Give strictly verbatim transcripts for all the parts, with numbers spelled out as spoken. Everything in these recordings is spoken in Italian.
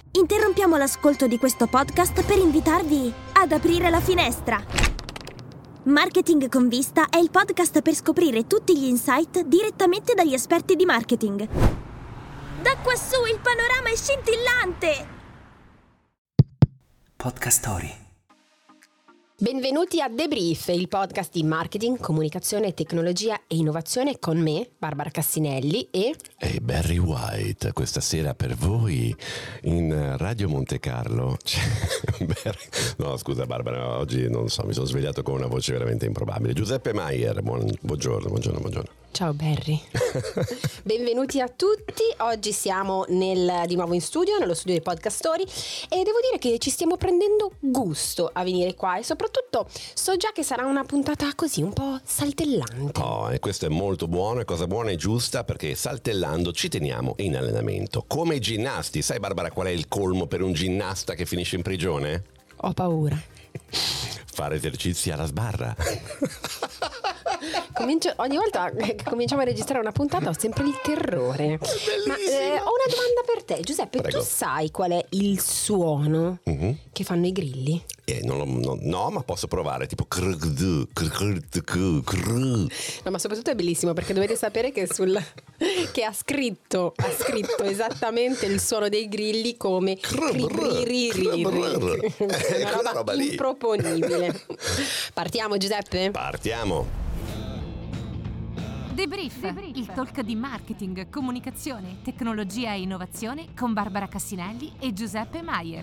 Interrompiamo l'ascolto di questo podcast per invitarvi ad aprire la finestra. Marketing con Vista è il podcast per scoprire tutti gli insight direttamente dagli esperti di marketing. Da quassù il panorama è scintillante! Podcast Story. Benvenuti a The Brief, il podcast di marketing, comunicazione, tecnologia e innovazione con me, Barbara Cassinelli e... E Barry White, questa sera per voi in Radio Monte Carlo. No, scusa Barbara, oggi non so, mi sono svegliato con una voce veramente improbabile. Giuseppe Maier, buon, buongiorno, buongiorno, buongiorno. Ciao Barry. Benvenuti a tutti. Oggi siamo nel, di nuovo in studio, nello studio di Podcast Story, e devo dire che ci stiamo prendendo gusto a venire qua e soprattutto so già che sarà una puntata così un po' saltellante. Oh, e questo è molto buono, è cosa buona e giusta, perché saltellando ci teniamo in allenamento. Come i ginnasti. Sai Barbara qual è il colmo per un ginnasta che finisce in prigione? Ho paura. Fare esercizi alla sbarra. Comincio, ogni volta che cominciamo a registrare una puntata ho sempre il terrore. Ma eh, ho una domanda per te, Giuseppe. Prego. Tu sai qual è il suono Mm-hmm. che fanno i grilli? Eh, non lo, no, no, ma posso provare, tipo krgd, krgd, krgd. No, ma soprattutto è bellissimo perché dovete sapere che sul che ha scritto ha scritto esattamente il suono dei grilli come cri-cri-ri-ri-ri. Una roba, roba lì. improponibile. Partiamo Giuseppe? Partiamo. The Brief, il talk di marketing, comunicazione, tecnologia e innovazione con Barbara Cassinelli e Giuseppe Maier.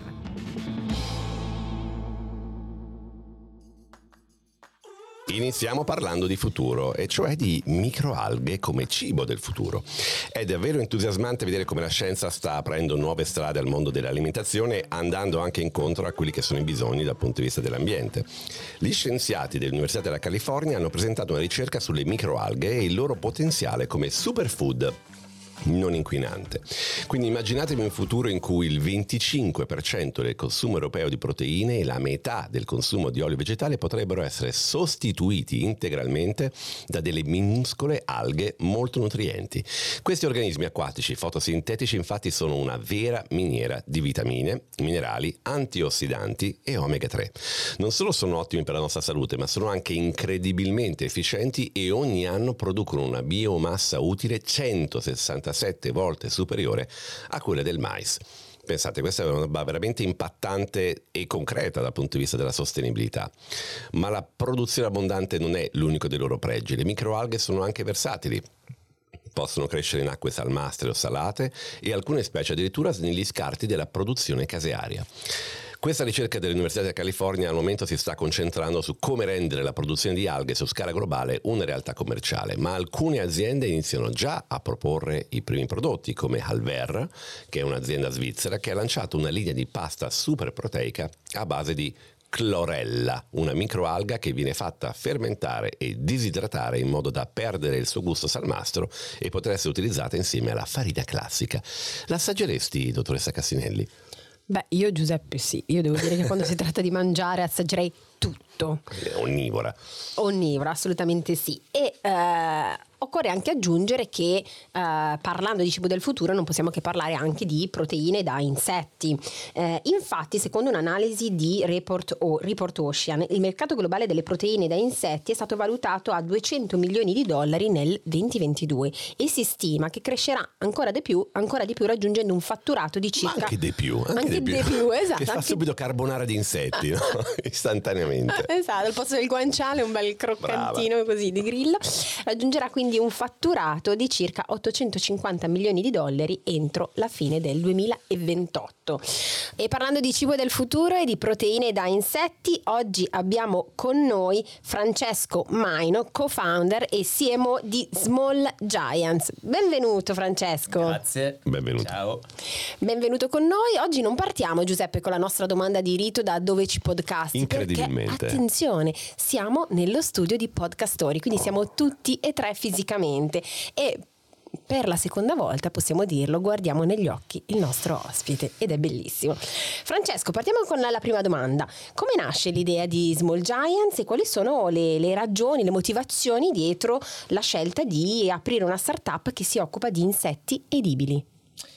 Iniziamo parlando di futuro, e cioè di microalghe come cibo del futuro. È davvero entusiasmante vedere come la scienza sta aprendo nuove strade al mondo dell'alimentazione, andando anche incontro a quelli che sono i bisogni dal punto di vista dell'ambiente. Gli scienziati dell'Università della California hanno presentato una ricerca sulle microalghe e il loro potenziale come superfood non inquinante. Quindi immaginatevi un futuro in cui il venticinque per cento del consumo europeo di proteine e la metà del consumo di olio vegetale potrebbero essere sostituiti integralmente da delle minuscole alghe molto nutrienti. Questi organismi acquatici fotosintetici infatti sono una vera miniera di vitamine, minerali, antiossidanti e omega tre. Non solo sono ottimi per la nostra salute, ma sono anche incredibilmente efficienti e ogni anno producono una biomassa utile centosessantasette volte superiore a quella del mais. Pensate, questa è una roba veramente impattante e concreta dal punto di vista della sostenibilità. Ma la produzione abbondante non è l'unico dei loro pregi. Le microalghe sono anche versatili. Possono crescere in acque salmastre o salate e alcune specie addirittura negli scarti della produzione casearia. Questa ricerca dell'Università della California al momento si sta concentrando su come rendere la produzione di alghe su scala globale una realtà commerciale, ma alcune aziende iniziano già a proporre i primi prodotti, come Halver, che è un'azienda svizzera che ha lanciato una linea di pasta super proteica a base di clorella, una microalga che viene fatta fermentare e disidratare in modo da perdere il suo gusto salmastro e poter essere utilizzata insieme alla farina classica. L'assaggeresti, dottoressa Cassinelli? Beh, io Giuseppe sì, io devo dire che quando si tratta di mangiare assaggerei tutto. Onnivora. Onnivora, assolutamente sì. E eh, occorre anche aggiungere che eh, parlando di cibo del futuro non possiamo che parlare anche di proteine da insetti. Eh, infatti, secondo un'analisi di Report, o Report Ocean, il mercato globale delle proteine da insetti è stato valutato a duecento milioni di dollari nel duemilaventidue e si stima che crescerà ancora di più, ancora di più raggiungendo un fatturato di circa... Ma anche di più. Anche, anche di più, di più esatto. Che fa anche... subito carbonara di insetti, no? Istantaneamente. Esatto, al posto del guanciale un bel croccantino Brava. Così di grillo. Raggiungerà quindi un fatturato di circa ottocentocinquanta milioni di dollari entro la fine del duemilaventotto. E parlando di cibo del futuro e di proteine da insetti, oggi abbiamo con noi Francesco Maino, co-founder e C M O di Small Giants. Benvenuto Francesco. Grazie. Benvenuto. Ciao. Benvenuto con noi. Oggi non partiamo, Giuseppe, con la nostra domanda di rito da dove ci podcasti. Incredibilmente. Perché, attenzione, siamo nello studio di Podcast Story, quindi oh. siamo tutti e tre fisicamente e per la seconda volta, possiamo dirlo, guardiamo negli occhi il nostro ospite ed è bellissimo. Francesco, partiamo con la, la prima domanda. Come nasce l'idea di Small Giants e quali sono le, le ragioni, le motivazioni dietro la scelta di aprire una startup che si occupa di insetti edibili?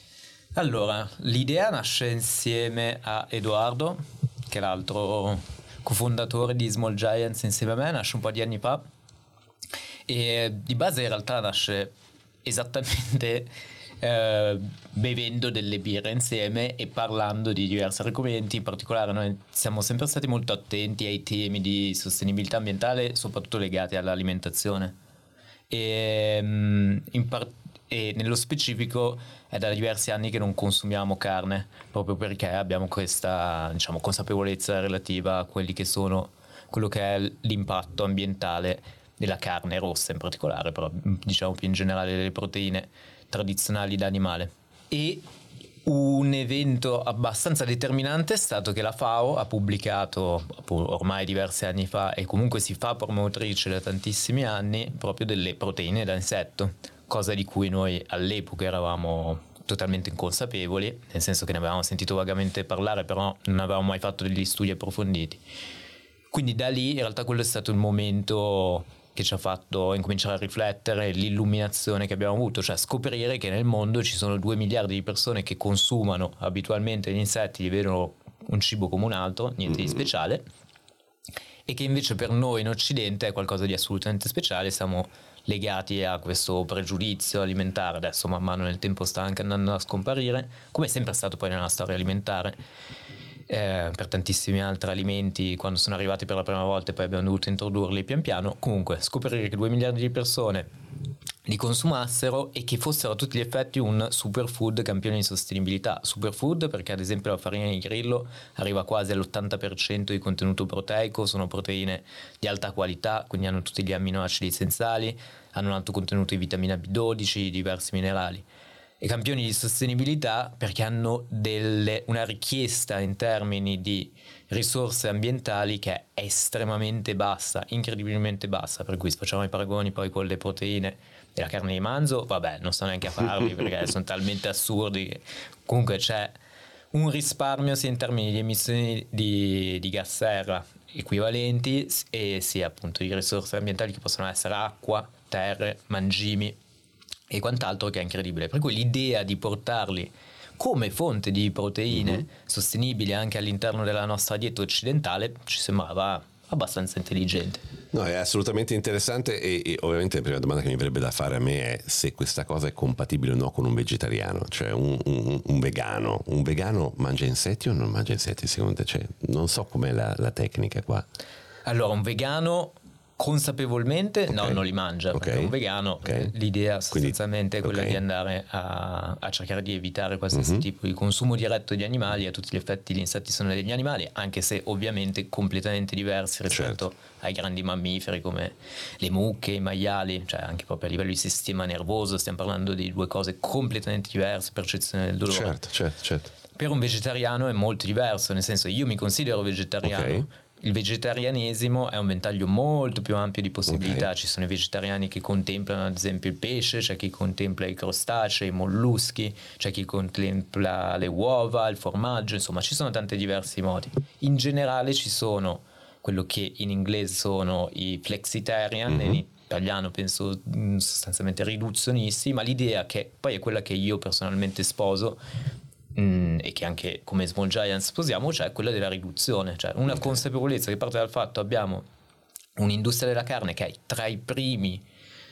Allora, l'idea nasce insieme a Edoardo, che è l'altro cofondatore di Small Giants insieme a me, nasce un po' di anni fa, e di base in realtà nasce esattamente eh, bevendo delle birre insieme e parlando di diversi argomenti. In particolare noi siamo sempre stati molto attenti ai temi di sostenibilità ambientale, soprattutto legati all'alimentazione, e, in par- e nello specifico è da diversi anni che non consumiamo carne, proprio perché abbiamo questa, diciamo, consapevolezza relativa a quelli che sono quello che è l'impatto ambientale della carne rossa in particolare, però diciamo più in generale delle proteine tradizionali da animale. E un evento abbastanza determinante è stato che la FAO ha pubblicato ormai diversi anni fa, e comunque si fa promotrice da tantissimi anni, proprio delle proteine da insetto, cosa di cui noi all'epoca eravamo totalmente inconsapevoli, nel senso che ne avevamo sentito vagamente parlare, però non avevamo mai fatto degli studi approfonditi. Quindi da lì in realtà quello è stato il momento che ci ha fatto incominciare a riflettere, l'illuminazione che abbiamo avuto, cioè scoprire che nel mondo ci sono due miliardi di persone che consumano abitualmente gli insetti, li vedono un cibo come un altro, niente di speciale, e che invece per noi in Occidente è qualcosa di assolutamente speciale. Siamo legati a questo pregiudizio alimentare, adesso man mano nel tempo sta anche andando a scomparire, come è sempre stato poi nella storia alimentare. Eh, per tantissimi altri alimenti, quando sono arrivati per la prima volta e poi abbiamo dovuto introdurli pian piano. Comunque scoprire che due miliardi di persone li consumassero e che fossero a tutti gli effetti un superfood campione di sostenibilità. Superfood perché ad esempio la farina di grillo arriva quasi all'ottanta per cento di contenuto proteico, sono proteine di alta qualità, quindi hanno tutti gli amminoacidi essenziali, hanno un alto contenuto di vitamina B dodici, diversi minerali. E campioni di sostenibilità perché hanno delle, una richiesta in termini di risorse ambientali che è estremamente bassa, incredibilmente bassa, per cui se facciamo i paragoni poi con le proteine della carne di manzo, vabbè, non sto neanche a farli perché sono talmente assurdi che comunque c'è un risparmio sia in termini di emissioni di, di gas serra equivalenti e sia appunto di risorse ambientali che possono essere acqua, terre, mangimi e quant'altro, che è incredibile. Per cui l'idea di portarli come fonte di proteine mm-hmm. sostenibili anche all'interno della nostra dieta occidentale ci sembrava abbastanza intelligente. No, è assolutamente interessante e, e ovviamente la prima domanda che mi verrebbe da fare a me è se questa cosa è compatibile o no con un vegetariano, cioè un, un, un vegano. Un vegano mangia insetti o non mangia insetti secondo te? Cioè, non so com'è la, la tecnica qua. Allora, un vegano consapevolmente okay. no, non li mangia, okay. perché un vegano okay. l'idea sostanzialmente Quindi, è quella okay. di andare a, a cercare di evitare qualsiasi mm-hmm. tipo di consumo diretto di animali. A tutti gli effetti gli insetti sono degli animali, anche se ovviamente completamente diversi rispetto certo. ai grandi mammiferi come le mucche, i maiali, cioè anche proprio a livello di sistema nervoso stiamo parlando di due cose completamente diverse, percezione del dolore. Certo, certo, certo. Per un vegetariano è molto diverso, nel senso io mi considero vegetariano. Okay. Il vegetarianesimo è un ventaglio molto più ampio di possibilità. Okay. Ci sono i vegetariani che contemplano ad esempio il pesce, c'è chi contempla i crostacei, i molluschi, c'è chi contempla le uova, il formaggio, insomma ci sono tanti diversi modi. In generale ci sono quello che in inglese sono i flexitarian, mm-hmm. in italiano penso sostanzialmente riduzionisti, ma l'idea che poi è quella che io personalmente sposo, Mm, e che anche come Small Giants sposiamo, cioè quella della riduzione, cioè una okay. consapevolezza che parte dal fatto abbiamo un'industria della carne che è tra i primi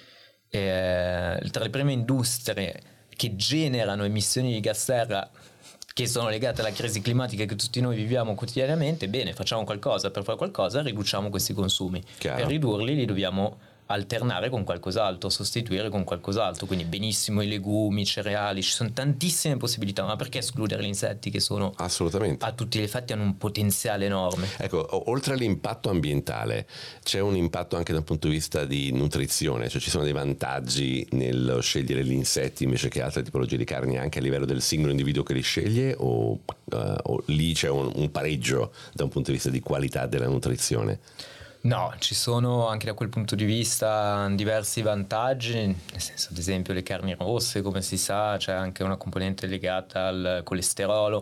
eh, tra le prime industrie che generano emissioni di gas serra che sono legate alla crisi climatica che tutti noi viviamo quotidianamente. Bene, facciamo qualcosa, per fare qualcosa riduciamo questi consumi. Chiaro. Per ridurli li dobbiamo alternare con qualcos'altro, sostituire con qualcos'altro, quindi benissimo i legumi, i cereali, ci sono tantissime possibilità, ma perché escludere gli insetti che sono assolutamente a tutti gli effetti hanno un potenziale enorme? Ecco, oltre all'impatto ambientale c'è un impatto anche dal punto di vista di nutrizione, cioè ci sono dei vantaggi nel scegliere gli insetti invece che altre tipologie di carni anche a livello del singolo individuo che li sceglie o, uh, o lì c'è un, un pareggio da un punto di vista di qualità della nutrizione? No, ci sono anche da quel punto di vista diversi vantaggi, nel senso ad esempio le carni rosse, come si sa, c'è anche una componente legata al colesterolo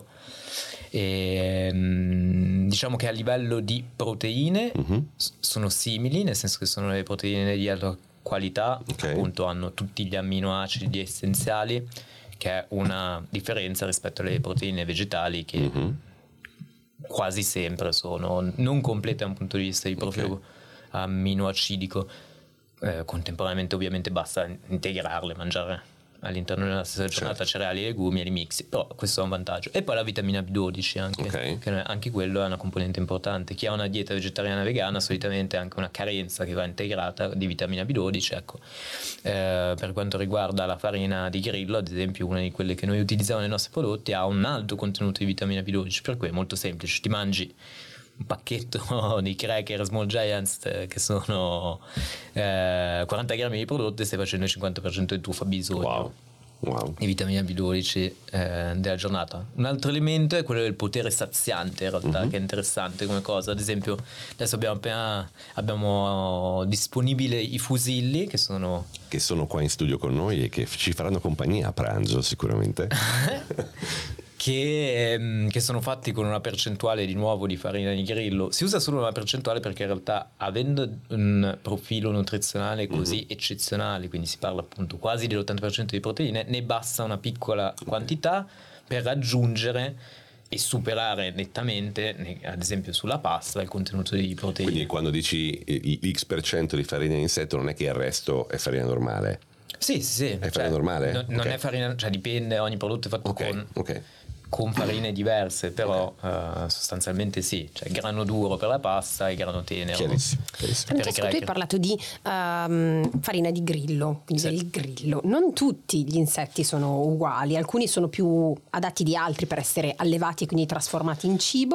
e diciamo che a livello di proteine mm-hmm. sono simili, nel senso che sono le proteine di alta qualità, okay. appunto hanno tutti gli amminoacidi essenziali che è una differenza rispetto alle proteine vegetali che mm-hmm. quasi sempre sono non complete da un punto di vista di profilo okay. amminoacidico. Eh, contemporaneamente ovviamente basta integrarle, mangiare all'interno della stessa giornata certo. cereali e legumi e li mixi, però questo è un vantaggio. E poi la vitamina B dodici anche, okay. che anche quello è una componente importante. Chi ha una dieta vegetariana vegana solitamente ha anche una carenza che va integrata di vitamina B dodici, ecco. Eh, per quanto riguarda la farina di grillo, ad esempio, una di quelle che noi utilizziamo nei nostri prodotti ha un alto contenuto di vitamina B dodici, per cui è molto semplice, ti mangi un pacchetto di cracker Small Giants che sono eh, quaranta grammi di prodotto e stai facendo il cinquanta per cento del tuo fabbisogno wow. Wow. di vitamina B dodici eh, della giornata. Un altro elemento è quello del potere saziante, in realtà, mm-hmm. che è interessante come cosa. Ad esempio adesso abbiamo appena abbiamo disponibile i fusilli che sono che sono qua in studio con noi e che ci faranno compagnia a pranzo sicuramente. Che, che sono fatti con una percentuale di nuovo di farina di grillo. Si usa solo una percentuale perché in realtà, avendo un profilo nutrizionale così mm-hmm. eccezionale, quindi si parla appunto quasi dell'ottanta per cento di proteine, ne basta una piccola quantità per raggiungere e superare nettamente, ad esempio sulla pasta, il contenuto di proteine. Quindi quando dici l'X per cento di farina di insetto non è che il resto è farina normale? Sì, sì, sì. È farina cioè, normale? No, non okay. è farina, cioè dipende, ogni prodotto è fatto okay. con... ok. con farine diverse, però okay. uh, sostanzialmente sì, cioè grano duro per la pasta e grano tenero. Chiarissimo, chiarissimo. Francesco, tu hai parlato di um, farina di grillo, quindi sì. del grillo. Non tutti gli insetti sono uguali, alcuni sono più adatti di altri per essere allevati e quindi trasformati in cibo.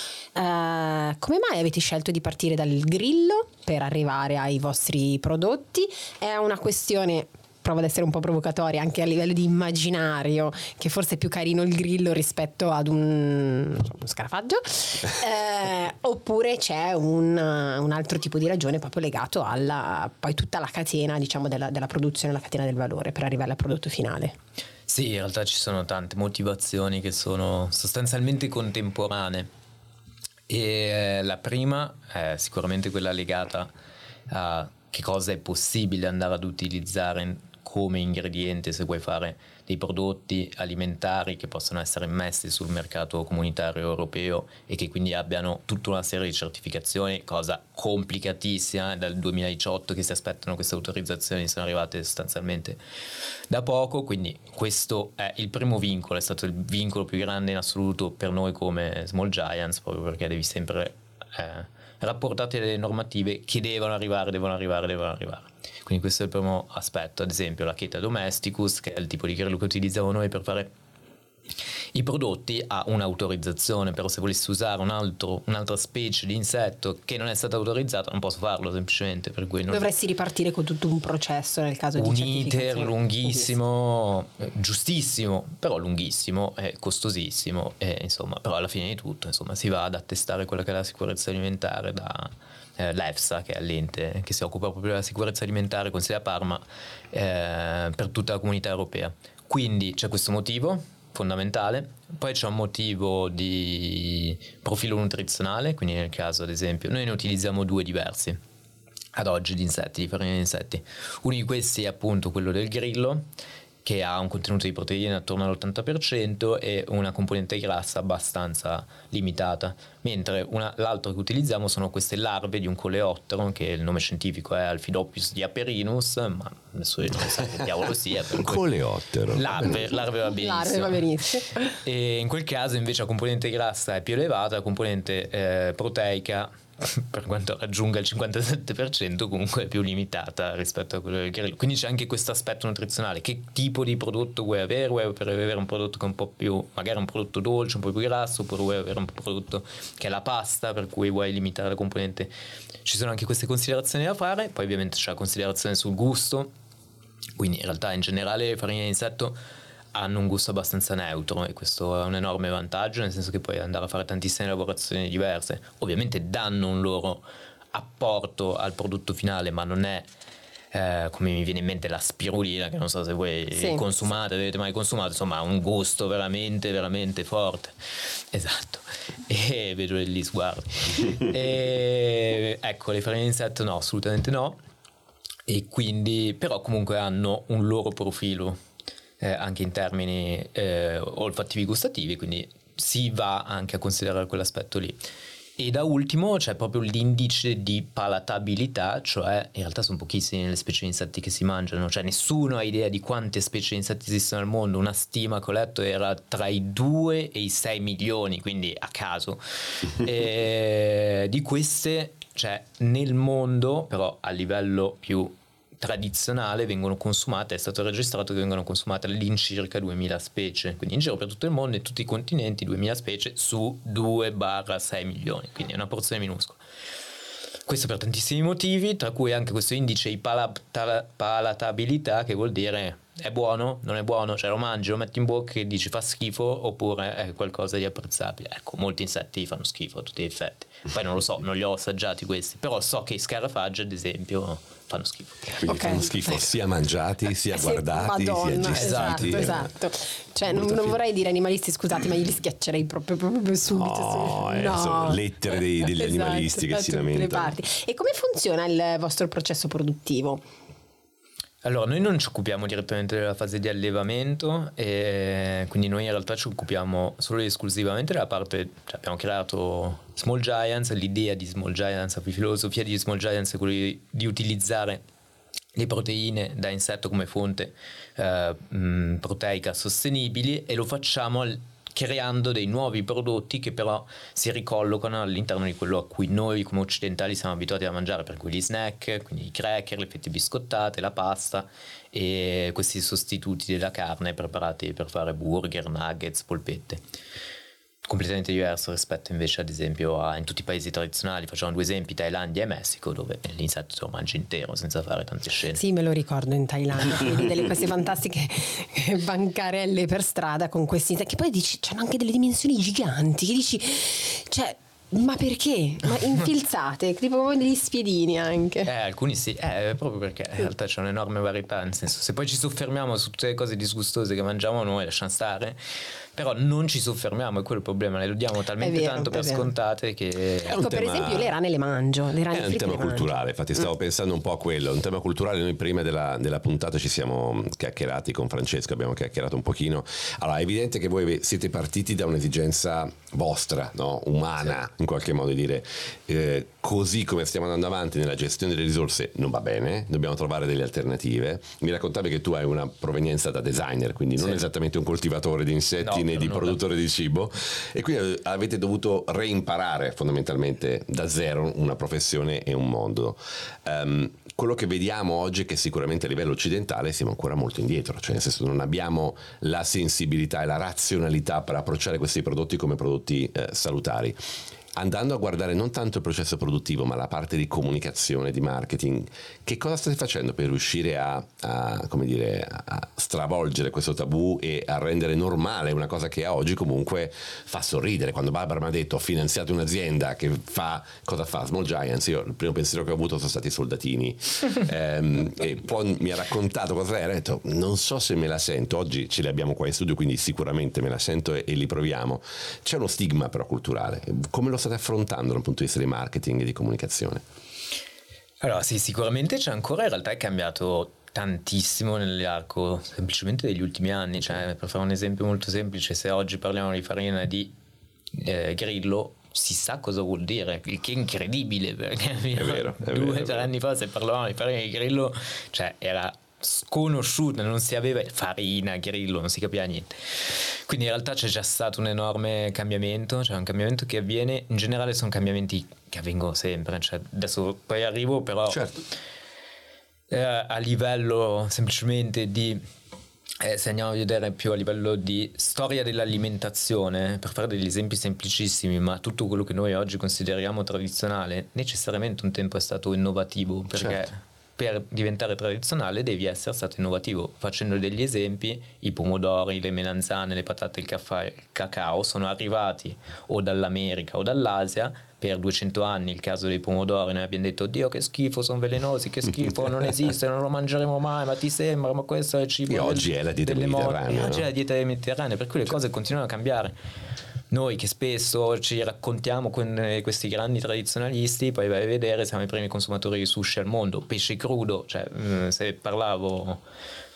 Uh, come mai avete scelto di partire dal grillo per arrivare ai vostri prodotti? È una questione... provo ad essere un po' provocatoria anche a livello di immaginario, che forse è più carino il grillo rispetto ad un, uno scarafaggio, eh, oppure c'è un, un altro tipo di ragione proprio legato alla poi tutta la catena, diciamo, della, della produzione, la catena del valore per arrivare al prodotto finale? Sì, in realtà ci sono tante motivazioni che sono sostanzialmente contemporanee e la prima è sicuramente quella legata a che cosa è possibile andare ad utilizzare come ingrediente se vuoi fare dei prodotti alimentari che possono essere immessi sul mercato comunitario europeo e che quindi abbiano tutta una serie di certificazioni, cosa complicatissima. È dal duemiladiciotto che si aspettano queste autorizzazioni, sono arrivate sostanzialmente da poco, quindi questo è il primo vincolo, è stato il vincolo più grande in assoluto per noi come Small Giants, proprio perché devi sempre eh, rapportare delle normative che devono arrivare, devono arrivare, devono arrivare. Quindi questo è il primo aspetto. Ad esempio la Cheta domesticus, che è il tipo di grillo che utilizziamo noi per fare i prodotti, ha un'autorizzazione, però se volessi usare un altro, un'altra specie di insetto che non è stata autorizzata non posso farlo semplicemente, per cui non dovresti ripartire con tutto un processo nel caso un di certificazione. Un iter lunghissimo, lunghissimo, giustissimo, però lunghissimo e costosissimo e insomma, però alla fine di tutto insomma si va ad attestare quella che è la sicurezza alimentare da eh, l'EFSA, che è l'ente che si occupa proprio della sicurezza alimentare con sede a Parma eh, per tutta la comunità europea. Quindi c'è questo motivo fondamentale, poi c'è un motivo di profilo nutrizionale, quindi nel caso ad esempio noi ne utilizziamo due diversi ad oggi di insetti, di farina di insetti. Uno di questi è appunto quello del grillo, che ha un contenuto di proteine attorno all'ottanta per cento e una componente grassa abbastanza limitata, mentre una, l'altro che utilizziamo sono queste larve di un coleottero, che il nome scientifico è Alphidopus diaperinus, ma nessuno sa che diavolo sia. Un coleottero. Larve, larve va benissimo. Larve va benissimo. E in quel caso invece la componente grassa è più elevata, la componente eh, proteica, per quanto raggiunga il cinquantasette per cento, comunque è più limitata rispetto a quello del grillo. Quindi c'è anche questo aspetto nutrizionale: che tipo di prodotto vuoi avere? Vuoi avere un prodotto che è un po' più, magari un prodotto dolce, un po' più grasso, oppure vuoi avere un prodotto che è la pasta, per cui vuoi limitare la componente. Ci sono anche queste considerazioni da fare. Poi ovviamente c'è la considerazione sul gusto, quindi in realtà in generale le farine di insetto hanno un gusto abbastanza neutro e questo è un enorme vantaggio, nel senso che puoi andare a fare tantissime lavorazioni diverse. Ovviamente danno un loro apporto al prodotto finale, ma non è eh, come mi viene in mente la spirulina, che non so se voi sì. consumate, avete mai consumato, insomma ha un gusto veramente veramente forte. Esatto. E vedo gli sguardi. E, ecco, le farine di insetto no, assolutamente no. E quindi però comunque hanno un loro profilo eh, anche in termini eh, olfattivi gustativi, quindi si va anche a considerare quell'aspetto lì. E da ultimo c'è proprio l'indice di palatabilità, cioè in realtà sono pochissime le specie di insetti che si mangiano, cioè nessuno ha idea di quante specie di insetti esistono al mondo. Una stima che ho letto era tra i due e i sei milioni, quindi a caso. E di queste, cioè nel mondo, però a livello più tradizionale, vengono consumate, è stato registrato che vengono consumate all'incirca duemila specie, quindi in giro per tutto il mondo e tutti i continenti duemila specie su due sei milioni, quindi è una porzione minuscola. Questo per tantissimi motivi, tra cui anche questo indice di palata- palatabilità, che vuol dire è buono, non è buono, cioè lo mangi, lo metti in bocca e dici fa schifo oppure è qualcosa di apprezzabile. Ecco, molti insetti fanno schifo a tutti gli effetti, poi non lo so, non li ho assaggiati questi, però so che i scarafaggi ad esempio fanno schifo. Quindi Okay. fanno schifo sia mangiati, sia Sì, guardati, Madonna, sia gestiti. esatto, esatto. Cioè non, Molto non fine. vorrei dire animalisti, scusate, ma io li schiaccerei proprio, proprio subito. No, su- eh, sono lettere dei- degli Esatto, animalisti che da si tutte le lamentano. parti. E come funziona il vostro processo produttivo? Allora, noi non ci occupiamo direttamente della fase di allevamento, e quindi noi in realtà ci occupiamo solo ed esclusivamente della parte, cioè abbiamo creato Small Giants, l'idea di Small Giants, la filosofia di Small Giants è quella di, di utilizzare le proteine da insetto come fonte eh, mh, proteica sostenibili, e lo facciamo al- creando dei nuovi prodotti che però si ricollocano all'interno di quello a cui noi come occidentali siamo abituati a mangiare, per cui gli snack, quindi i cracker, le fette biscottate, la pasta e questi sostituti della carne preparati per fare burger, nuggets, polpette. Completamente diverso rispetto invece ad esempio a in tutti i paesi tradizionali, facciamo due esempi, Thailandia e Messico, dove l'insetto lo mangi intero senza fare tante scene. Sì, me lo ricordo in Thailandia, vedi delle queste fantastiche bancarelle per strada con questi che poi dici c'hanno anche delle dimensioni giganti, che dici cioè ma perché? Ma infilzate, tipo come degli spiedini anche. Eh, alcuni sì, eh, proprio perché in realtà c'è un'enorme varietà, nel senso, se poi ci soffermiamo su tutte le cose disgustose che mangiamo noi, lasciamo stare, però non ci soffermiamo, è quello il problema, le diamo talmente vero, tanto è per vero. scontate che... È un Ecco, per tema- esempio le rane le mangio, le rane È un fritte tema le mangio. culturale, infatti stavo pensando un po' a quello, un tema culturale. Noi prima della, della puntata ci siamo chiacchierati con Francesco, abbiamo chiacchierato un pochino. Allora è evidente che voi siete partiti da un'esigenza vostra, no? Umana, in qualche modo, di dire eh, così come stiamo andando avanti nella gestione delle risorse non va bene, dobbiamo trovare delle alternative. Mi raccontavi che tu hai una provenienza da designer, quindi non Sì. esattamente un coltivatore di insetti No, né per di nulla. produttore di cibo, e quindi avete dovuto reimparare fondamentalmente da zero una professione e un mondo. Um, quello che vediamo oggi è che sicuramente a livello occidentale siamo ancora molto indietro, cioè nel senso non abbiamo la sensibilità e la razionalità per approcciare questi prodotti come prodotti eh, salutari. Andando a guardare non tanto il processo produttivo ma la parte di comunicazione, di marketing, che cosa state facendo per riuscire a, a, come dire, a stravolgere questo tabù e a rendere normale una cosa che a oggi comunque fa sorridere? Quando Barbara mi ha detto ho finanziato un'azienda che fa, cosa fa? Small Giants, io il primo pensiero che ho avuto sono stati i soldatini. ehm, e poi mi ha raccontato cosa era, e ho detto non so se me la sento, oggi ce li abbiamo qua in studio quindi sicuramente me la sento e, e li proviamo. C'è uno stigma però culturale, come lo state affrontando dal punto di vista di marketing e di comunicazione? Allora sì, sicuramente c'è ancora, in realtà è cambiato tantissimo nell'arco semplicemente degli ultimi anni, cioè per fare un esempio molto semplice, se oggi parliamo di farina di eh, grillo si sa cosa vuol dire, il che è incredibile perché È vero, è due o vero, tre è anni fa se parlavamo di farina di grillo cioè era sconosciuta, non si aveva farina, grillo, non si capiva niente. Quindi in realtà c'è già stato un enorme cambiamento, cioè un cambiamento che avviene, in generale sono cambiamenti che avvengono sempre, cioè adesso poi arrivo però Certo. eh, a livello semplicemente di eh, se andiamo a vedere più a livello di storia dell'alimentazione, per fare degli esempi semplicissimi, ma tutto quello che noi oggi consideriamo tradizionale necessariamente un tempo è stato innovativo, perché Certo. per diventare tradizionale devi essere stato innovativo. Facendo degli esempi, i pomodori, le melanzane, le patate, il caffè, il cacao sono arrivati o dall'America o dall'Asia per duecento anni. Il caso dei pomodori, noi abbiamo detto Dio che schifo, sono velenosi, che schifo, non esiste, non lo mangeremo mai, ma ti sembra, ma questo è il cibo E del- oggi è la dieta delle mode. mediterranea, E oggi no? è la dieta mediterranea, per cui le cose continuano a cambiare. Noi che spesso ci raccontiamo con questi grandi tradizionalisti, poi vai a vedere, siamo i primi consumatori di sushi al mondo, pesce crudo, cioè se parlavo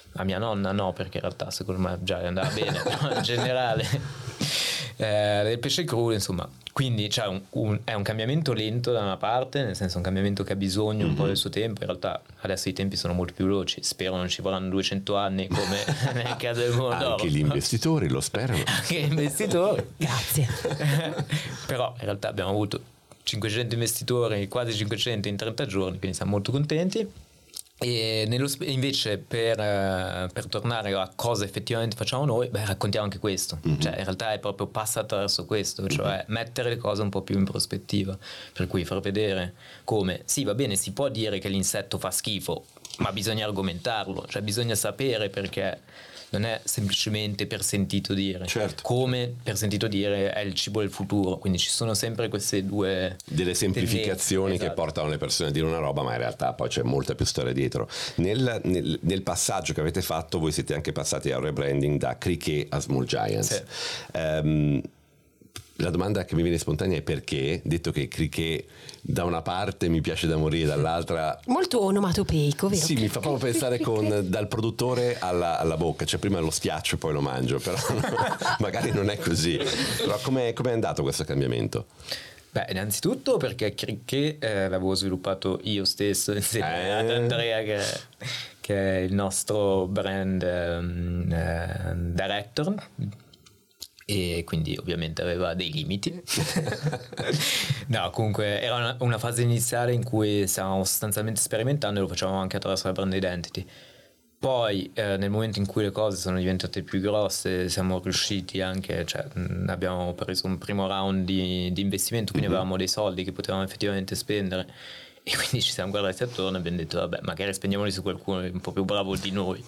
a mia nonna no, perché in realtà secondo me già andava bene, però in generale eh, del pesce crudo, insomma. Quindi cioè, un, un, è un cambiamento lento da una parte, nel senso un cambiamento che ha bisogno un mm-hmm. po' del suo tempo. In realtà adesso i tempi sono molto più veloci, spero non ci vorranno duecento anni come nel caso del pomodoro. Anche gli investitori lo sperano. Anche gli investitori. Grazie. Però in realtà abbiamo avuto cinquecento investitori, quasi cinquecento in trenta giorni, quindi siamo molto contenti. E nello, invece per, uh, per tornare a cosa effettivamente facciamo noi, beh, raccontiamo anche questo. Mm-hmm. Cioè in realtà è proprio passa attraverso questo, cioè mm-hmm. mettere le cose un po' più in prospettiva, per cui far vedere come sì, va bene, si può dire che l'insetto fa schifo, ma bisogna argomentarlo, cioè bisogna sapere perché. Non è semplicemente per sentito dire, certo. come per sentito dire è il cibo del futuro, quindi ci sono sempre queste due delle semplificazioni esatto. che portano le persone a dire una roba, ma in realtà poi c'è molta più storia dietro. Nel, nel, nel passaggio che avete fatto voi siete anche passati al rebranding da Cricket a Small Giants. Sì. Um, La domanda che mi viene spontanea è perché, detto che Cricket da una parte mi piace da morire, dall'altra molto onomatopeico, vero? Sì, mi fa proprio pensare con dal produttore alla, alla bocca, cioè prima lo schiaccio e poi lo mangio, però magari non è così. Però com'è, com'è andato questo cambiamento? Beh, innanzitutto perché Cricket eh, l'avevo sviluppato io stesso insieme eh. ad Andrea che, che è il nostro brand um, eh, director, e quindi ovviamente aveva dei limiti. No, comunque era una, una fase iniziale in cui stavamo sostanzialmente sperimentando e lo facevamo anche attraverso la brand identity. Poi eh, nel momento in cui le cose sono diventate più grosse siamo riusciti anche, cioè mh, abbiamo preso un primo round di, di investimento, quindi mm-hmm. avevamo dei soldi che potevamo effettivamente spendere. E quindi ci siamo guardati attorno e abbiamo detto vabbè, magari spendiamoli su qualcuno un po' più bravo di noi.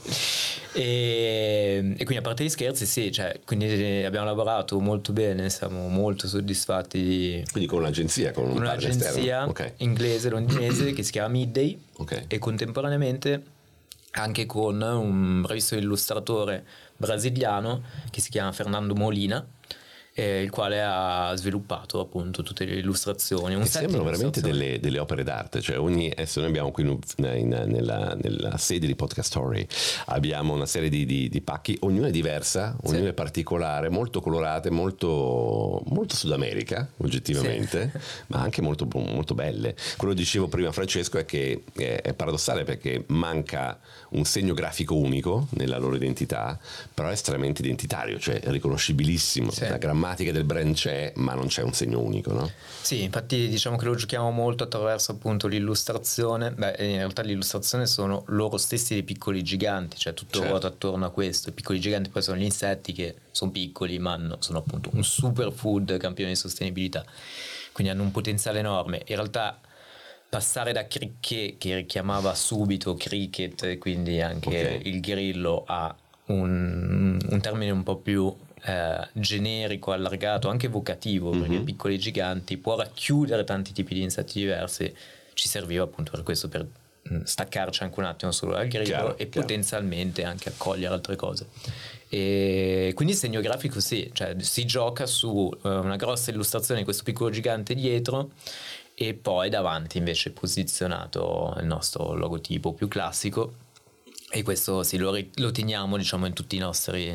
E, e quindi a parte gli scherzi sì, cioè, quindi abbiamo lavorato molto bene, siamo molto soddisfatti di, quindi con un'agenzia, con, un con un'agenzia okay. inglese londinese che si chiama Midday, okay. e contemporaneamente anche con un bravissimo illustratore brasiliano che si chiama Fernando Molina, eh, il quale ha sviluppato appunto tutte le illustrazioni. Un sembrano veramente delle, delle opere d'arte, cioè ogni, adesso noi abbiamo qui in, in, nella, nella sede di Podcast Story abbiamo una serie di, di, di pacchi, ognuna è diversa, ognuna sì. è particolare, molto colorate, molto, molto Sud America oggettivamente, sì. ma anche molto, molto belle. Quello che dicevo prima Francesco è che è, è paradossale perché manca un segno grafico unico nella loro identità, però è estremamente identitario, cioè riconoscibilissimo, sì. la grammatica del brand c'è, ma non c'è un segno unico, no? Sì, infatti diciamo che lo giochiamo molto attraverso appunto l'illustrazione. Beh, in realtà l'illustrazione sono loro stessi dei piccoli giganti, cioè tutto certo. ruota attorno a questo. I piccoli giganti poi sono gli insetti che sono piccoli, ma no, sono appunto un superfood campione di sostenibilità, quindi hanno un potenziale enorme. In realtà passare da Cricket, che richiamava subito cricket, quindi anche okay. il grillo, a un, un termine un po' più eh, generico, allargato, anche evocativo, mm-hmm. perché piccoli giganti può racchiudere tanti tipi di insetti diversi, ci serviva appunto per questo, per staccarci anche un attimo solo dal grillo chiaro, e chiaro. potenzialmente anche accogliere altre cose. E quindi il segno grafico sì, cioè si gioca su uh, una grossa illustrazione di questo piccolo gigante dietro, e poi davanti invece è posizionato il nostro logotipo più classico, e questo sì, lo, lo teniamo diciamo in tutti i nostri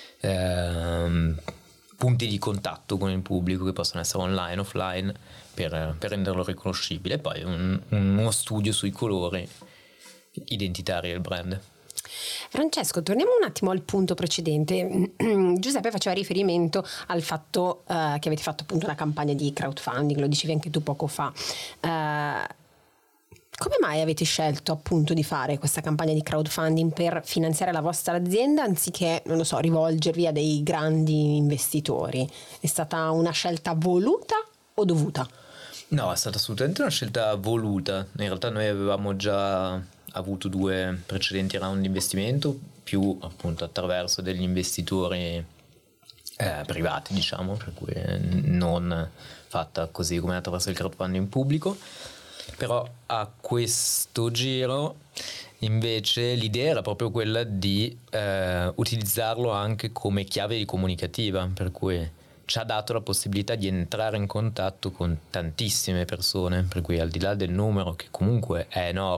ehm, punti di contatto con il pubblico, che possono essere online, offline, per, per renderlo riconoscibile. E poi un, uno studio sui colori identitari del brand. Francesco, torniamo un attimo al punto precedente. Giuseppe faceva riferimento al fatto uh, che avete fatto appunto una campagna di crowdfunding, lo dicevi anche tu poco fa. Uh, come mai avete scelto appunto di fare questa campagna di crowdfunding per finanziare la vostra azienda anziché, non lo so, rivolgervi a dei grandi investitori? È stata una scelta voluta o dovuta? No, è stata assolutamente una scelta voluta. In realtà noi avevamo già avuto due precedenti round di investimento, più appunto attraverso degli investitori eh, privati, diciamo, per cui non fatta così come attraverso il crowdfunding pubblico. Però a questo giro invece l'idea era proprio quella di eh, utilizzarlo anche come chiave comunicativa, per cui ci ha dato la possibilità di entrare in contatto con tantissime persone, per cui al di là del numero che comunque è enorme,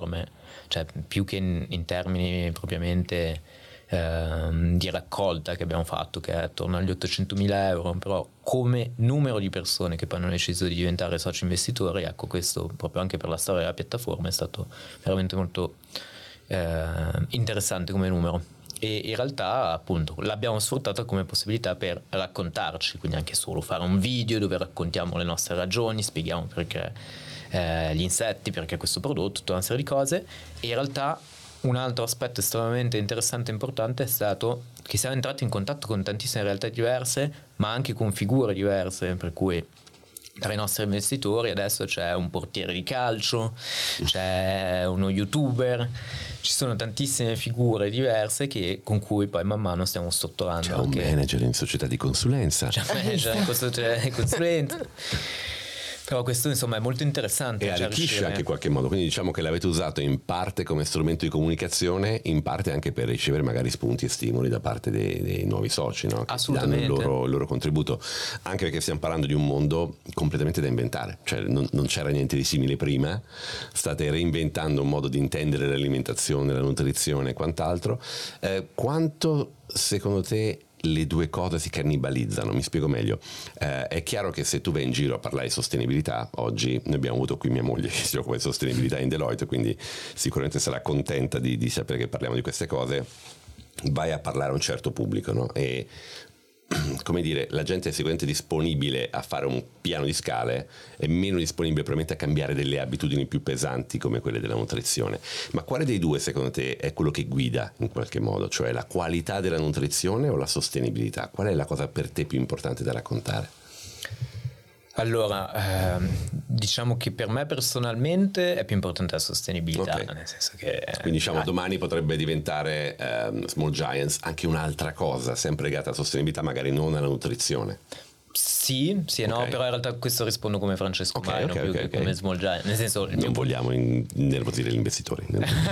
cioè più che in, in termini propriamente ehm, di raccolta che abbiamo fatto, che è attorno agli ottocentomila euro, però come numero di persone che poi hanno deciso di diventare soci investitori, ecco, questo proprio anche per la storia della piattaforma è stato veramente molto eh, interessante come numero. E in realtà appunto l'abbiamo sfruttata come possibilità per raccontarci, quindi anche solo fare un video dove raccontiamo le nostre ragioni, spieghiamo perché eh, gli insetti, perché questo prodotto, tutta una serie di cose. E in realtà un altro aspetto estremamente interessante e importante è stato che siamo entrati in contatto con tantissime realtà diverse, ma anche con figure diverse, per cui tra i nostri investitori adesso c'è un portiere di calcio, c'è uno youtuber, ci sono tantissime figure diverse che, con cui poi man mano stiamo strutturando. C'è un manager in società di consulenza. C'è un manager in società di consulenza. Però questo insomma è molto interessante. E arricchisce anche in qualche modo, quindi diciamo che l'avete usato in parte come strumento di comunicazione, in parte anche per ricevere magari spunti e stimoli da parte dei, dei nuovi soci, no? Che Assolutamente. danno il loro, il loro contributo, anche perché stiamo parlando di un mondo completamente da inventare, cioè non, non c'era niente di simile prima, state reinventando un modo di intendere l'alimentazione, la nutrizione e quant'altro. Eh, quanto secondo te le due cose si cannibalizzano? Mi spiego meglio. Eh, è chiaro che se tu vai in giro a parlare di sostenibilità, oggi noi abbiamo avuto qui mia moglie che si occupa di sostenibilità in Deloitte, quindi sicuramente sarà contenta di, di sapere che parliamo di queste cose. Vai a parlare a un certo pubblico, no? E come dire, la gente è sicuramente disponibile a fare un piano di scale, è meno disponibile probabilmente a cambiare delle abitudini più pesanti come quelle della nutrizione. Ma quale dei due secondo te è quello che guida in qualche modo? Cioè la qualità della nutrizione o la sostenibilità? Qual è la cosa per te più importante da raccontare? Allora, ehm, diciamo che per me personalmente è più importante la sostenibilità, Okay. nel senso che Quindi diciamo ah, domani potrebbe diventare ehm, Small Giants anche un'altra cosa, sempre legata alla sostenibilità, magari non alla nutrizione. Sì, sì e no, Ok. però in realtà questo rispondo come Francesco Ok, Maino ok, più ok, che ok. come Small Giant, nel senso il Non mio vogliamo innervosire gli investitori.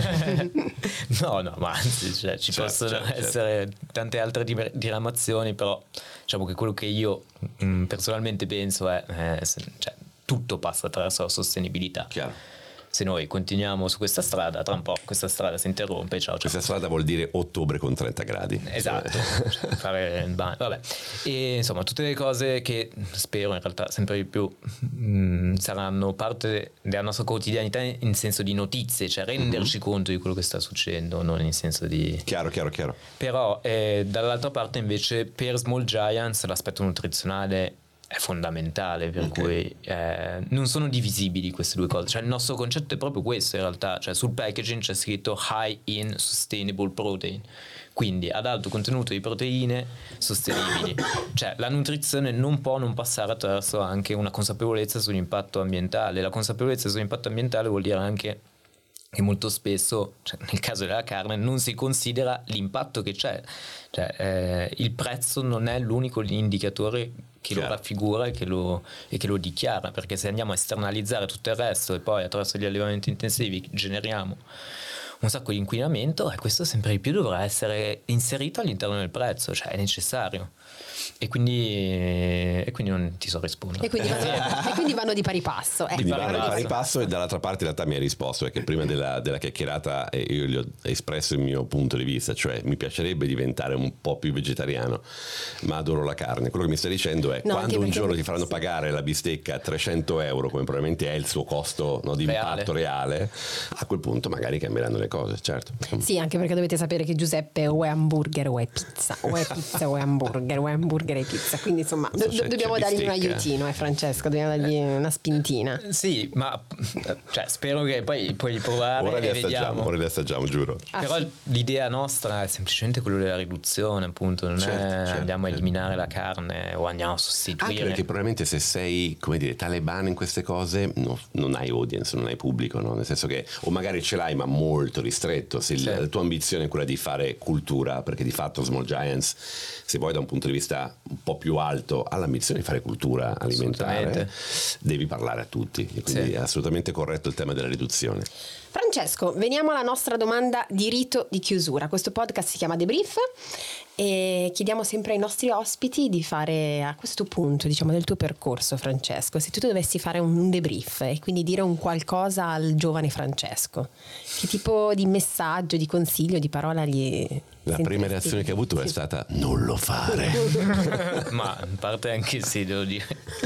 no, no, ma anzi, cioè, ci Certo, possono certo, certo. essere tante altre dir- diramazioni, però diciamo che quello che io mh, personalmente penso è eh, se- cioè, tutto passa attraverso la sostenibilità. Chiaro. Se noi continuiamo su questa strada, tra un po' questa strada si interrompe, ciao ciao. Questa strada vuol dire ottobre con trenta gradi. Esatto, cioè, fare il bagno, vabbè. E insomma, tutte le cose che spero in realtà sempre di più mh, saranno parte della nostra quotidianità in senso di notizie, cioè renderci Mm-hmm. conto di quello che sta succedendo, non in senso di... Chiaro, chiaro, chiaro. Però eh, dall'altra parte invece per Small Giants l'aspetto nutrizionale è fondamentale, per Ok. cui eh, non sono divisibili queste due cose, cioè il nostro concetto è proprio questo in realtà, cioè sul packaging c'è scritto High in Sustainable Protein, quindi ad alto contenuto di proteine sostenibili, cioè la nutrizione non può non passare attraverso anche una consapevolezza sull'impatto ambientale. La consapevolezza sull'impatto ambientale vuol dire anche che molto spesso, cioè nel caso della carne, non si considera l'impatto che c'è, cioè eh, il prezzo non è l'unico indicatore che Chiaro. lo raffigura e che lo, e che lo dichiara, perché se andiamo a esternalizzare tutto il resto e poi attraverso gli allevamenti intensivi generiamo un sacco di inquinamento, e questo sempre di più dovrà essere inserito all'interno del prezzo, cioè è necessario. E quindi, e quindi non ti so rispondere. E quindi vanno, e quindi vanno di pari passo. ecco. Quindi pari vanno di passo. pari passo, e dall'altra parte in realtà mi hai risposto, perché prima della, della chiacchierata eh, io gli ho espresso il mio punto di vista, cioè mi piacerebbe diventare un po' più vegetariano, ma adoro la carne. Quello che mi stai dicendo è No, anche quando un perché- giorno ti faranno pagare la bistecca a trecento euro, come probabilmente è il suo costo, no, di Reale. impatto reale, a quel punto magari cambieranno le cose, certo. Sì, anche perché dovete sapere che Giuseppe o è hamburger o è pizza, o è pizza o è hamburger, o è hamburger e pizza. Quindi insomma do- C'è- dobbiamo c'è dargli un bistecca. aiutino, eh Francesco, dobbiamo dargli una spintina. Sì, ma cioè, spero che poi puoi provare Ora li e assaggiamo, vediamo. ora li assaggiamo, giuro. Ah, Però sì. l'idea nostra è semplicemente quella della riduzione, appunto, non Certo, è certo, andiamo a certo. eliminare la carne o andiamo a Anche sostituire. perché probabilmente se sei, come dire, talebano in queste cose, no, non hai audience, non hai pubblico, no? Nel senso che, o magari ce l'hai ma molto ristretto, se il- Sì. la tua ambizione è quella di fare cultura, perché di fatto Small Giants, se vuoi da un punto di vista un po' più alto ha l'ambizione di fare cultura alimentare, devi parlare a tutti, e quindi sì. è assolutamente corretto il tema della riduzione. Francesco, veniamo alla nostra domanda di rito di chiusura. Questo podcast si chiama Debrief e chiediamo sempre ai nostri ospiti di fare, a questo punto, diciamo, del tuo percorso, Francesco, se tu dovessi fare un debrief e quindi dire un qualcosa al giovane Francesco, che tipo di messaggio, di consiglio, di parola gli La sentiresti? prima reazione che ha avuto è stata non lo fare. Ma in parte anche sì, devo dire.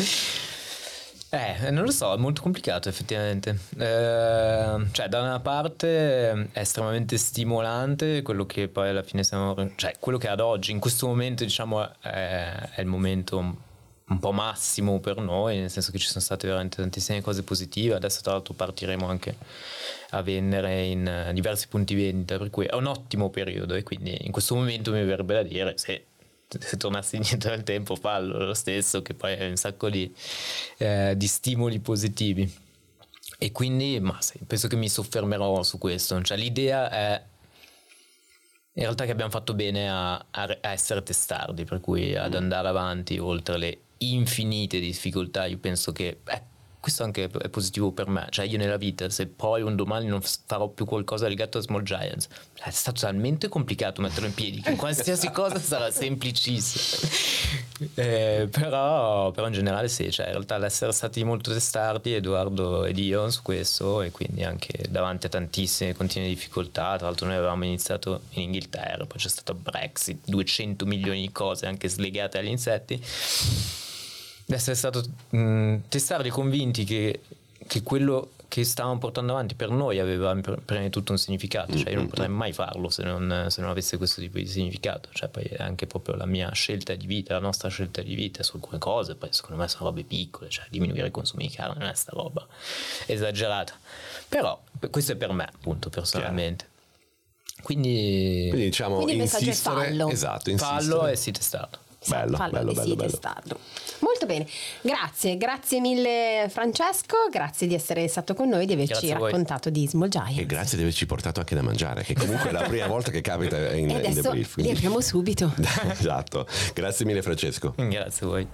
Eh, non lo so, è molto complicato effettivamente. Eh, cioè, da una parte è estremamente stimolante quello che poi alla fine stiamo, cioè quello che ad oggi, in questo momento, diciamo, è, è il momento un po' massimo per noi, nel senso che ci sono state veramente tantissime cose positive. Adesso tra l'altro partiremo anche a vendere in diversi punti vendita, per cui è un ottimo periodo, e quindi in questo momento mi verrebbe da dire, se se tornassi indietro nel tempo fallo lo stesso, che poi hai un sacco di, eh, di stimoli positivi, e quindi ma sì, penso che mi soffermerò su questo. Cioè, l'idea è in realtà che abbiamo fatto bene a, a, a essere testardi, per cui ad andare avanti oltre le infinite difficoltà. Io penso che eh, questo anche è positivo per me, cioè io nella vita, se poi un domani non farò più qualcosa legato a Small Giants, è stato talmente complicato metterlo in piedi che qualsiasi cosa sarà semplicissima. Eh, però, però in generale sì, cioè in realtà l'essere stati molto testardi, Edoardo ed io, su questo, e quindi anche davanti a tantissime continue difficoltà. Tra l'altro noi avevamo iniziato in Inghilterra, poi c'è stato Brexit, duecento milioni di cose anche slegate agli insetti. Essere stato mh, testardi, convinti che, che quello che stavamo portando avanti per noi aveva prima di tutto un significato. Cioè io non potrei mai farlo se non, se non avesse questo tipo di significato. Cioè poi è anche proprio la mia scelta di vita, la nostra scelta di vita su alcune cose. Poi secondo me sono robe piccole, cioè diminuire i consumi di carne non è sta roba esagerata, però questo è per me, appunto, personalmente. Quindi, Quindi diciamo Quindi il messaggio è insistere, fallo. esatto, insistere. fallo e sii testato. Bello, Fallo bello, e bello, sii bello. testardo. Molto bene, grazie, grazie mille Francesco, grazie di essere stato con noi, di averci Grazie a voi. raccontato di Small Giants. E grazie di averci portato anche da mangiare, che comunque è la prima volta che capita in, E in adesso debrief. li quindi- apriamo subito. Esatto, grazie mille Francesco. Grazie a voi.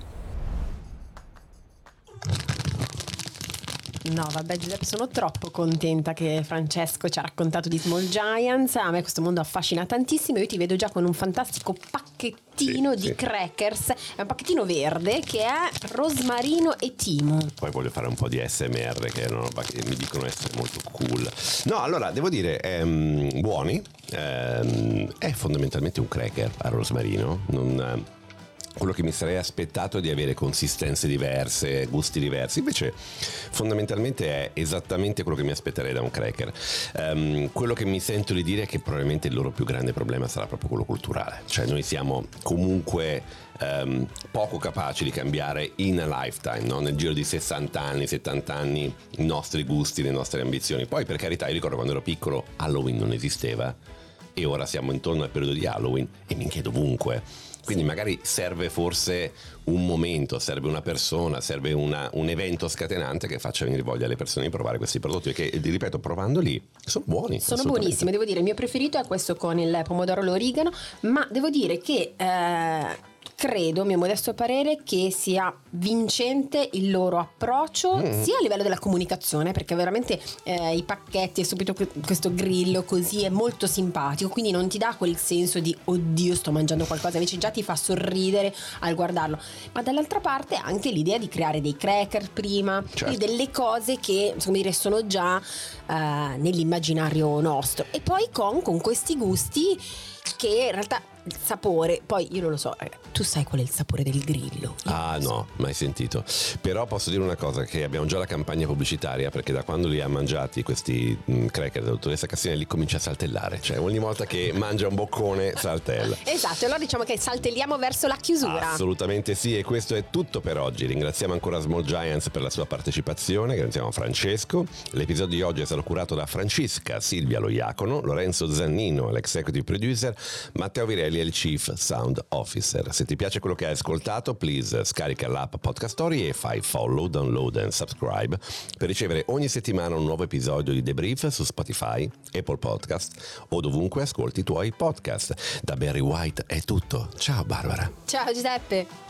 No, vabbè Giuseppe, sono troppo contenta che Francesco ci ha raccontato di Small Giants. A me questo mondo affascina tantissimo. Io ti vedo già con un fantastico pacchettino Sì, di sì. crackers. È un pacchettino verde che è rosmarino e timo. Poi voglio fare un po' di S M R, che è una roba che mi dicono essere molto cool. No, allora devo dire, ehm, buoni. Ehm, è fondamentalmente un cracker a rosmarino. Non, quello che mi sarei aspettato è di avere consistenze diverse, gusti diversi, invece fondamentalmente è esattamente quello che mi aspetterei da un cracker. Um, quello che mi sento di dire è che probabilmente il loro più grande problema sarà proprio quello culturale, cioè noi siamo comunque um, poco capaci di cambiare in a lifetime, no? Nel giro di sessanta anni, settanta anni, i nostri gusti, le nostre ambizioni. Poi per carità, io ricordo quando ero piccolo Halloween non esisteva e ora siamo intorno al periodo di Halloween e minchia dovunque. Quindi magari serve forse un momento, serve una persona, serve una, un evento scatenante che faccia venire voglia alle persone di provare questi prodotti, che, ripeto, provandoli sono buoni. Sono buonissimi, devo dire, il mio preferito è questo con il pomodoro e l'origano, ma devo dire che eh, credo, mio modesto parere, che sia vincente il loro approccio mm. sia a livello della comunicazione, perché veramente eh, i pacchetti e subito questo grillo così è molto simpatico, quindi non ti dà quel senso di oddio sto mangiando qualcosa, invece già ti fa sorridere al guardarlo, ma dall'altra parte anche l'idea di creare dei cracker prima, certo. quindi delle cose che insomma dire sono già eh, nell'immaginario nostro, e poi con, con questi gusti che in realtà il sapore, poi io non lo so, tu sai qual è il sapore del grillo? Io Ah so. no, mai sentito. Però posso dire una cosa, che abbiamo già la campagna pubblicitaria, perché da quando li ha mangiati questi mh, cracker della dottoressa Cassinelli comincia a saltellare, cioè ogni volta che mangia un boccone saltella. Esatto, allora diciamo che saltelliamo verso la chiusura. Assolutamente sì, e questo è tutto per oggi. Ringraziamo ancora Small Giants per la sua partecipazione, ringraziamo Francesco. L'episodio di oggi è stato curato da Francesca, Silvia Loiacono, Lorenzo Zannino, l'executive producer, Matteo Virelli è il Chief Sound Officer. Se ti piace quello che hai ascoltato, please scarica l'app Podcast Story e fai follow, download and subscribe per ricevere ogni settimana un nuovo episodio di Debrief su Spotify, Apple Podcast o dovunque ascolti i tuoi podcast. Da Barry White è tutto. Ciao Barbara. Ciao Giuseppe.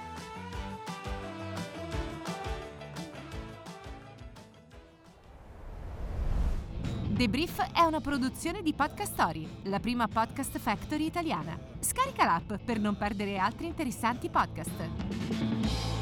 Debrief è una produzione di Podcast Story, la prima podcast factory italiana. Scarica l'app per non perdere altri interessanti podcast.